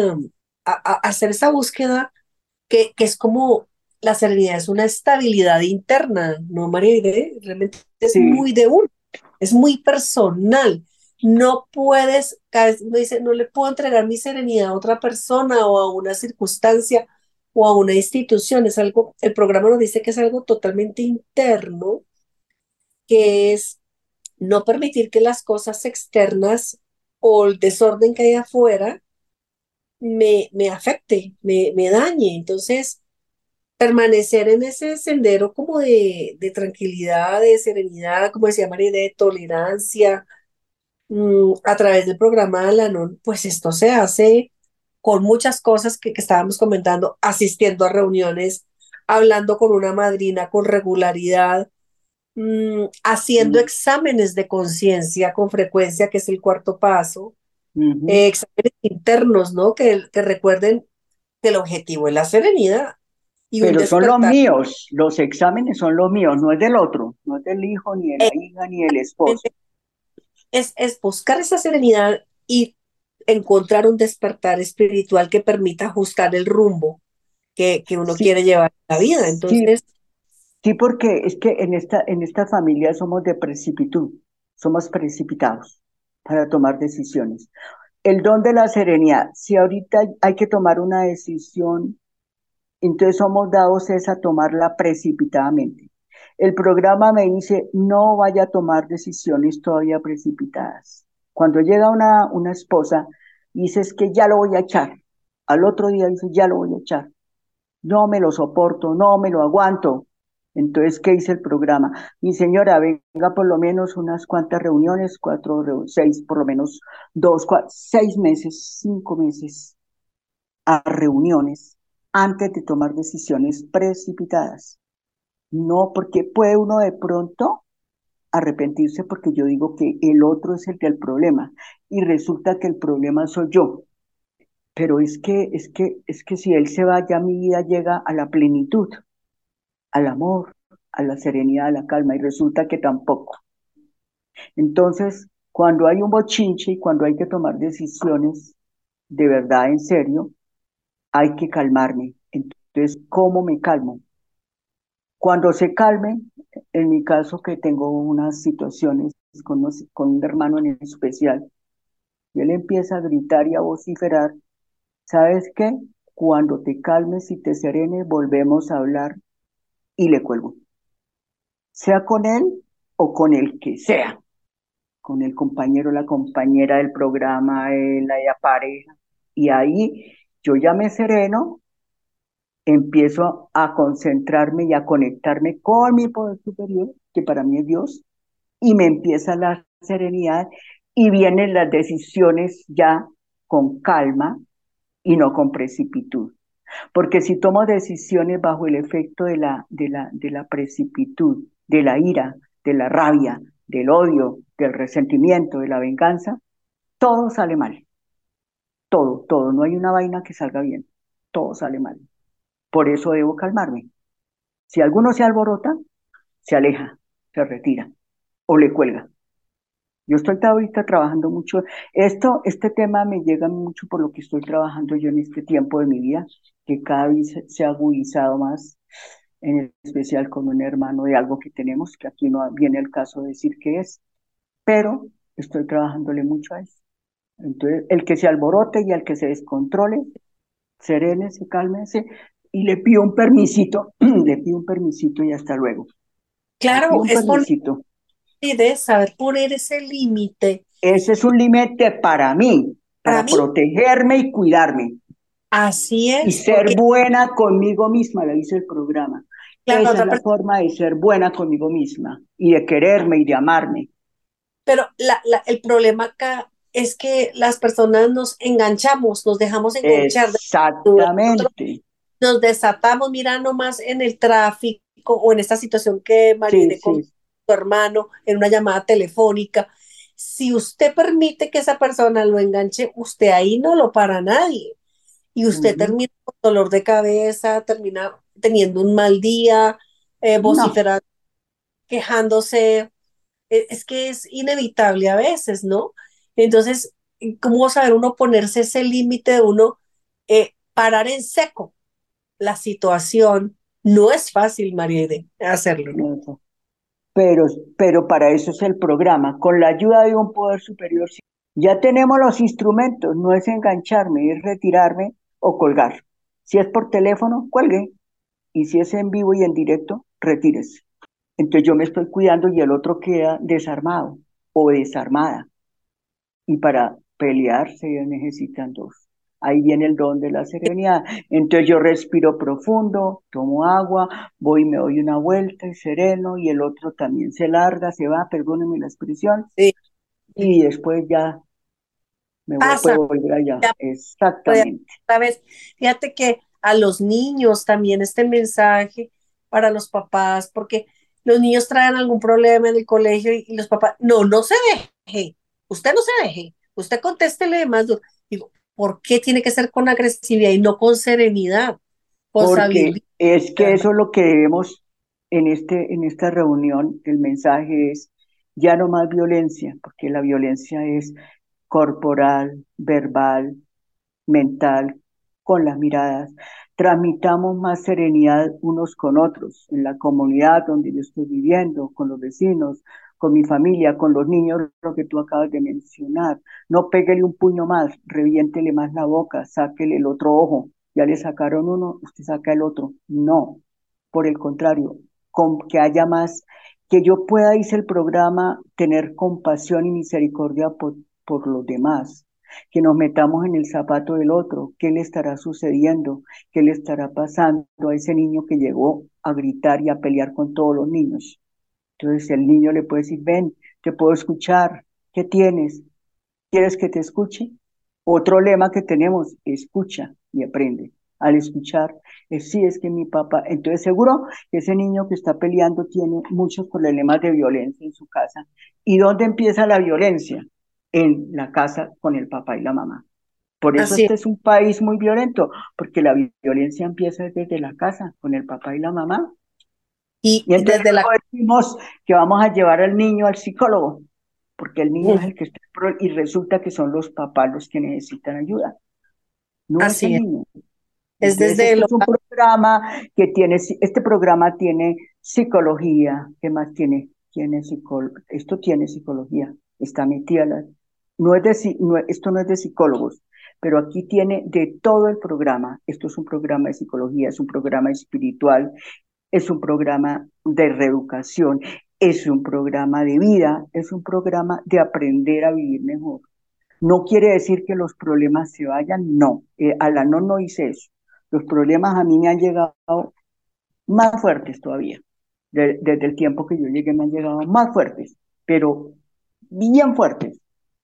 a hacer esa búsqueda que es como la serenidad es una estabilidad interna, ¿no, María Aide? Realmente es muy Sí, de uno, es muy personal. No puedes, cada vez uno dice, no le puedo entregar mi serenidad a otra persona o a una circunstancia o a una institución. Es algo, el programa nos dice que es algo totalmente interno, que es no permitir que las cosas externas o el desorden que hay afuera me afecte, me dañe. Entonces, permanecer en ese sendero como de tranquilidad, de serenidad, como decía María, de tolerancia, a través del programa de Alanon, pues esto se hace con muchas cosas que estábamos comentando, asistiendo a reuniones, hablando con una madrina con regularidad, haciendo mm, exámenes de conciencia con frecuencia, que es el cuarto paso, ujú. exámenes internos, ¿no? Que recuerden que el objetivo es la serenidad y un Pero son los despertar. míos, los exámenes son los míos, no es del otro, no es del hijo, ni de la hija, ni del esposo. Es buscar esa serenidad y encontrar un despertar espiritual que permita ajustar el rumbo que uno Sí, quiere llevar en la vida. sí, Entonces, sí, porque es que en esta familia somos de precipitud, somos precipitados para tomar decisiones. El don de la serenidad, si ahorita hay que tomar una decisión, entonces somos dados es a tomarla precipitadamente. El programa me dice, no vaya a tomar decisiones todavía precipitadas. Cuando llega una esposa, dice, es que ya lo voy a echar. Al otro día dice, ya lo voy a echar. No me lo soporto, no me lo aguanto. Entonces, ¿qué dice el programa? Mi señora, venga por lo menos unas cuantas reuniones, 6, por lo menos 6 meses, 5 meses a reuniones antes de tomar decisiones precipitadas. No, porque puede uno de pronto arrepentirse porque yo digo que el otro es el del problema y resulta que el problema soy yo. Pero es que si él se va, ya mi vida llega a la plenitud, al amor, a la serenidad, a la calma, y resulta que tampoco. Entonces, Cuando hay un bochinche y cuando hay que tomar decisiones de verdad, en serio, hay que calmarme. Entonces, ¿cómo me calmo? Cuando se calme, en mi caso que tengo unas situaciones con un hermano en especial, y él empieza a gritar y a vociferar, ¿sabes qué? Cuando te calmes y te serenes, volvemos a hablar y le cuelgo. Sea con él o con el que sea, con el compañero, la compañera del programa, la pareja. Y ahí yo ya me sereno, empiezo a concentrarme y a conectarme con mi poder superior, que para mí es Dios, y me empieza la serenidad y vienen las decisiones ya con calma y no con precipitud. Porque si tomo decisiones bajo el efecto de la precipitud, de la ira, de la rabia, del odio, del resentimiento, de la venganza, todo sale mal. Todo, todo. No hay una vaina que salga bien. Todo sale mal. Por eso debo calmarme. Si alguno se alborota, se aleja, se retira o le cuelga. Yo estoy ahorita trabajando mucho. Este tema me llega mucho por lo que estoy trabajando yo en este tiempo de mi vida, que cada vez se ha agudizado más, en especial con un hermano de algo que tenemos, que aquí no viene el caso de decir qué es, pero estoy trabajándole mucho a eso. Entonces, el que se alborote y el que se descontrole, serénese, cálmese y le pido un permisito, le pido un permisito y hasta luego. Le pido Claro, un es poner permisito. de saber poner ese límite. Ese es un límite para mí, Para para mí, protegerme y cuidarme. así Y es, ser porque, buena conmigo misma, le dice el programa. claro, Esa es otra la persona, forma de ser buena conmigo misma y de quererme y de amarme. pero el problema acá es que las personas nos enganchamos, nos dejamos enganchar. Nosotros Exactamente. nos desatamos, mira nomás en el tráfico o en esta situación que Sí, Marine con sí. tu hermano en una llamada telefónica. Si usted permite que esa persona lo enganche, usted ahí no lo para nadie. Y usted Ujú. termina con dolor de cabeza, termina teniendo un mal día, No, vociferando, quejándose. Es que es inevitable a veces, ¿no? Entonces, ¿cómo saber uno ponerse ese límite de uno, parar en seco la situación? No es fácil, Mariede, hacerlo, ¿no? no, pero, pero para eso es el programa, con la ayuda de un poder superior. Sí. Ya tenemos los instrumentos, no es engancharme, es retirarme o colgar. Si es por teléfono, cuelgue. Y si es en vivo y en directo, retírese. Entonces yo me estoy cuidando y el otro queda desarmado o desarmada. Y para pelear se necesitan dos. Ahí viene el don de la serenidad. Entonces yo respiro profundo, tomo agua, voy y me doy una vuelta y sereno, y el otro también se larga, se va, perdónenme la expresión, Sí, y después ya pasa, puedo volver allá. ya puede Exactamente. otra vez. Fíjate que a los niños también este mensaje para los papás, porque los niños traen algún problema en el colegio y los papás, no, no se deje, usted no se deje, usted contéstele más duro. Digo, ¿por qué tiene que ser con agresividad y no con serenidad, con Porque sabiduría? es que eso es lo que debemos en esta reunión. El mensaje es ya no más violencia, porque la violencia es corporal, verbal, mental, con las miradas. Transmitamos más serenidad unos con otros, en la comunidad donde yo estoy viviendo, con los vecinos, con mi familia, con los niños, lo que tú acabas de mencionar. No péguele un puño más, reviéntele más la boca, sáquele el otro ojo. Ya le sacaron uno, usted saca el otro. No, por el contrario, con que haya más, que yo pueda, dice el programa, tener compasión y misericordia por los demás, que nos metamos en el zapato del otro, qué le estará sucediendo, qué le estará pasando a ese niño que llegó a gritar y a pelear con todos los niños. Entonces el niño le puede decir, ven, te puedo escuchar, ¿qué tienes? ¿Quieres que te escuche? Otro lema que tenemos, escucha y aprende. Al escuchar, sí, es que mi papá, entonces seguro que ese niño que está peleando tiene muchos problemas de violencia en su casa. ¿Y dónde empieza la violencia? En la casa con el papá y la mamá. Por eso Así es. este es un país muy violento, porque la violencia empieza desde la casa, con el papá y la mamá. Y Y entonces desde la, luego decimos que vamos a llevar al niño al psicólogo, porque el niño es el que está y resulta que son los papás los que necesitan ayuda, no es Así el es. niño. Es Entonces, desde este el es un hogar. programa que tiene, este programa tiene psicología. ¿Qué más tiene? Esto tiene psicología. Está mi tía. No es de, esto no es de psicólogos, pero aquí tiene de todo el programa. Esto es un programa de psicología, es un programa espiritual, es un programa de reeducación, es un programa de vida, es un programa de aprender a vivir mejor. No quiere decir que los problemas se vayan, no. Alanón no hice eso. Los problemas a mí me han llegado más fuertes todavía. Desde el tiempo que yo llegué me han llegado más fuertes, pero bien fuertes.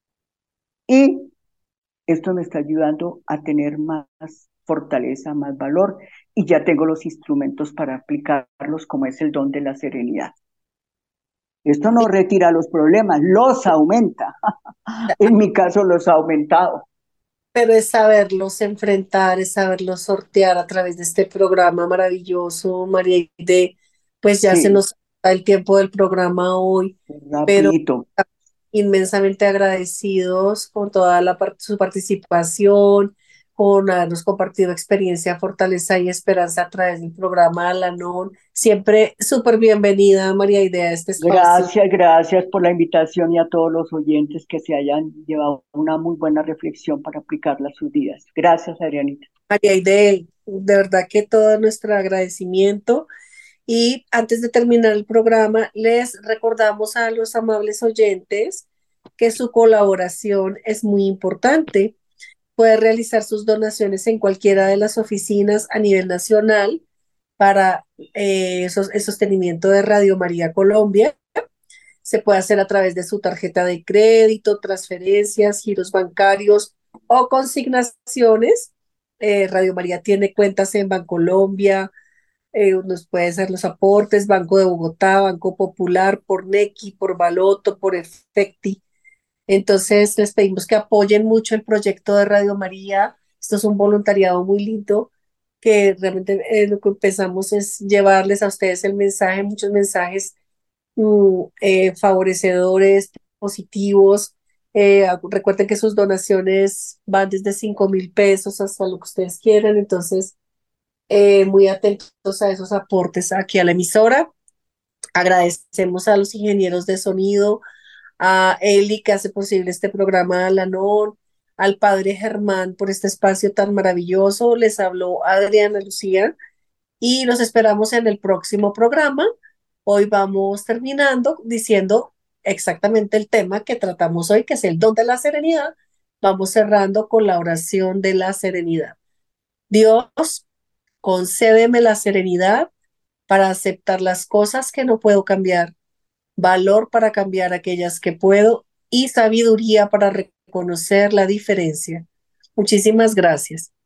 Y esto me está ayudando a tener más fortaleza, más valor, y ya tengo los instrumentos para aplicarlos, como es el don de la serenidad. Esto no retira los problemas, los aumenta. En mi caso los ha aumentado. Pero es saberlos enfrentar, es saberlos sortear a través de este programa maravilloso, María Aide. Pues ya se Sí, nos da el tiempo del programa hoy, pero rapidito. inmensamente agradecidos con toda su participación, con habernos compartido experiencia, fortaleza y esperanza a través del programa Alanon. Siempre súper bienvenida, María Aide, a este espacio. Gracias, gracias por la invitación y a todos los oyentes que se hayan llevado una muy buena reflexión para aplicarla a sus vidas. Gracias, Adrianita. María Aide, de verdad que todo nuestro agradecimiento. Y antes de terminar el programa, les recordamos a los amables oyentes que su colaboración es muy importante. Puede realizar sus donaciones en cualquiera de las oficinas a nivel nacional para el sostenimiento de Radio María Colombia. Se puede hacer a través de su tarjeta de crédito, transferencias, giros bancarios o consignaciones. Radio María tiene cuentas en Bancolombia, nos puede hacer los aportes, Banco de Bogotá, Banco Popular, por Nequi, por Baloto, por Efecti. Entonces les pedimos que apoyen mucho el proyecto de Radio María. Esto es un voluntariado muy lindo que realmente lo que empezamos es llevarles a ustedes el mensaje, muchos mensajes favorecedores, positivos. Recuerden que sus donaciones van desde 5.000 pesos hasta lo que ustedes quieran. Entonces, muy atentos a esos aportes aquí a la emisora. Agradecemos a los ingenieros de sonido, a Eli que hace posible este programa, a Lanón, al padre Germán por este espacio tan maravilloso. Les habló Adriana Lucía y los esperamos en el próximo programa. Hoy vamos terminando diciendo exactamente el tema que tratamos hoy, que es el don de la serenidad. Vamos cerrando con la oración de la serenidad. Dios, concédeme la serenidad para aceptar las cosas que no puedo cambiar, valor para cambiar aquellas que puedo y sabiduría para reconocer la diferencia. Muchísimas gracias.